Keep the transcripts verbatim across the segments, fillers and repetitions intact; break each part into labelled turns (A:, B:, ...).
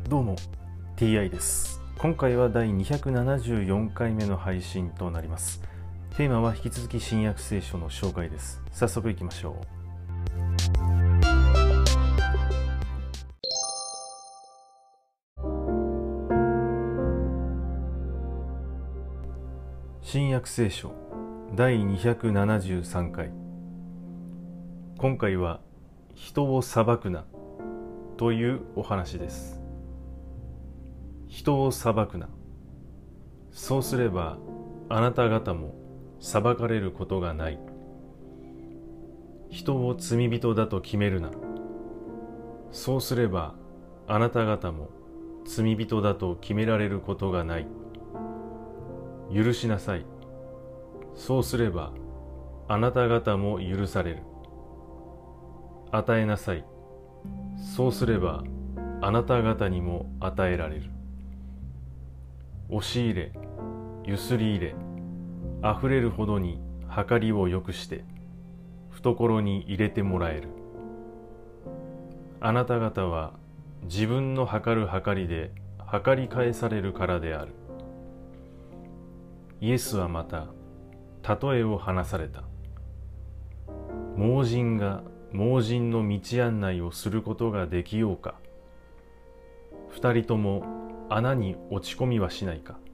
A: どうも ティーアイ です。今回はだいにひゃくななじゅうよんかいめの配信となります。テーマは引き続き新約聖書の紹介です。早速いきましょう。新約聖書だいにひゃくななじゅうさんかい。今回は人を裁くなというお話です。人を裁くな。そうすればあなた方も裁かれることがない。人を罪人だと決めるな。そうすればあなた方も罪人だと決められることがない。許しなさい。そうすればあなた方も許される。与えなさい。そうすればあなた方にも与えられる。押し入れ、ゆすり入れ、あふれるほどに計りをよくして懐に入れてもらえる。あなた方は自分の計る計りで計り返されるからである。イエスはまた例えを話された。盲人が盲人の道案内をすることができようか。二人とも穴に落ち込みはしないか。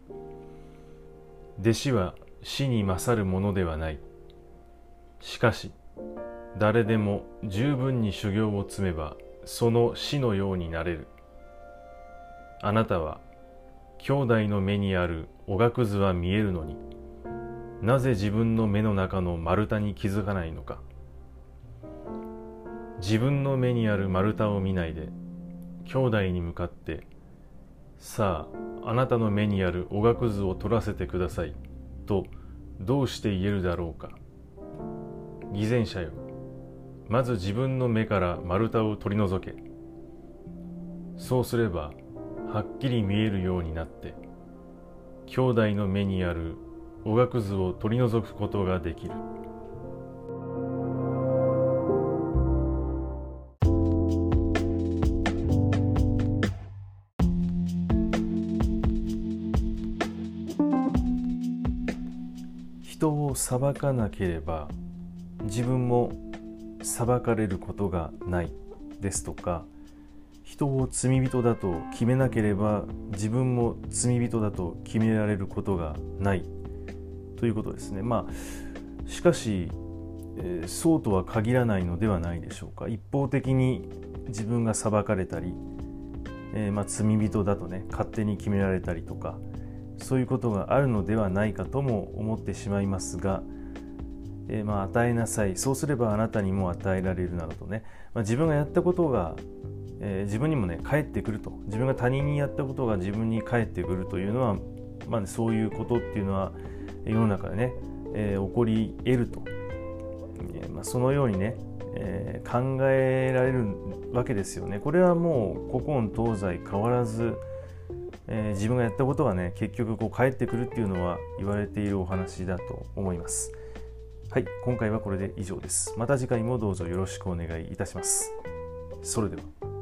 A: 弟子は師に勝るものではない。しかし誰でも十分に修行を積めばその師のようになれる。あなたは兄弟の目にあるおがくずは見えるのに、なぜ自分の目の中の丸太に気づかないのか。自分の目にある丸太を見ないで兄弟に向かって、さああなたの目にあるおがくずを取らせてくださいとどうして言えるだろうか。偽善者よ、まず自分の目から丸太を取り除け。そうすればはっきり見えるようになって、兄弟の目にあるおがくずを取り除くことができる。人を裁かなければ自分も裁かれることがないですとか、人を罪人だと決めなければ自分も罪人だと決められることがないということですね。まあしかし、えー、そうとは限らないのではないでしょうか。一方的に自分が裁かれたり、えー、まあ罪人だとね勝手に決められたりとか、そういうことがあるのではないかとも思ってしまいますが、えー、まあ与えなさい、そうすればあなたにも与えられるなどとね、まあ、自分がやったことが、えー、自分にもね返ってくると、自分が他人にやったことが自分に返ってくるというのは、まあね、そういうことっていうのは世の中でね、えー、起こり得ると、えーまあ、そのようにね、えー、考えられるわけですよね。これはもう古今東西変わらず、えー、自分がやったことがね結局こう返ってくるっていうのは言われているお話だと思います。はい、今回はこれで以上です。また次回もどうぞよろしくお願いいたします。それでは。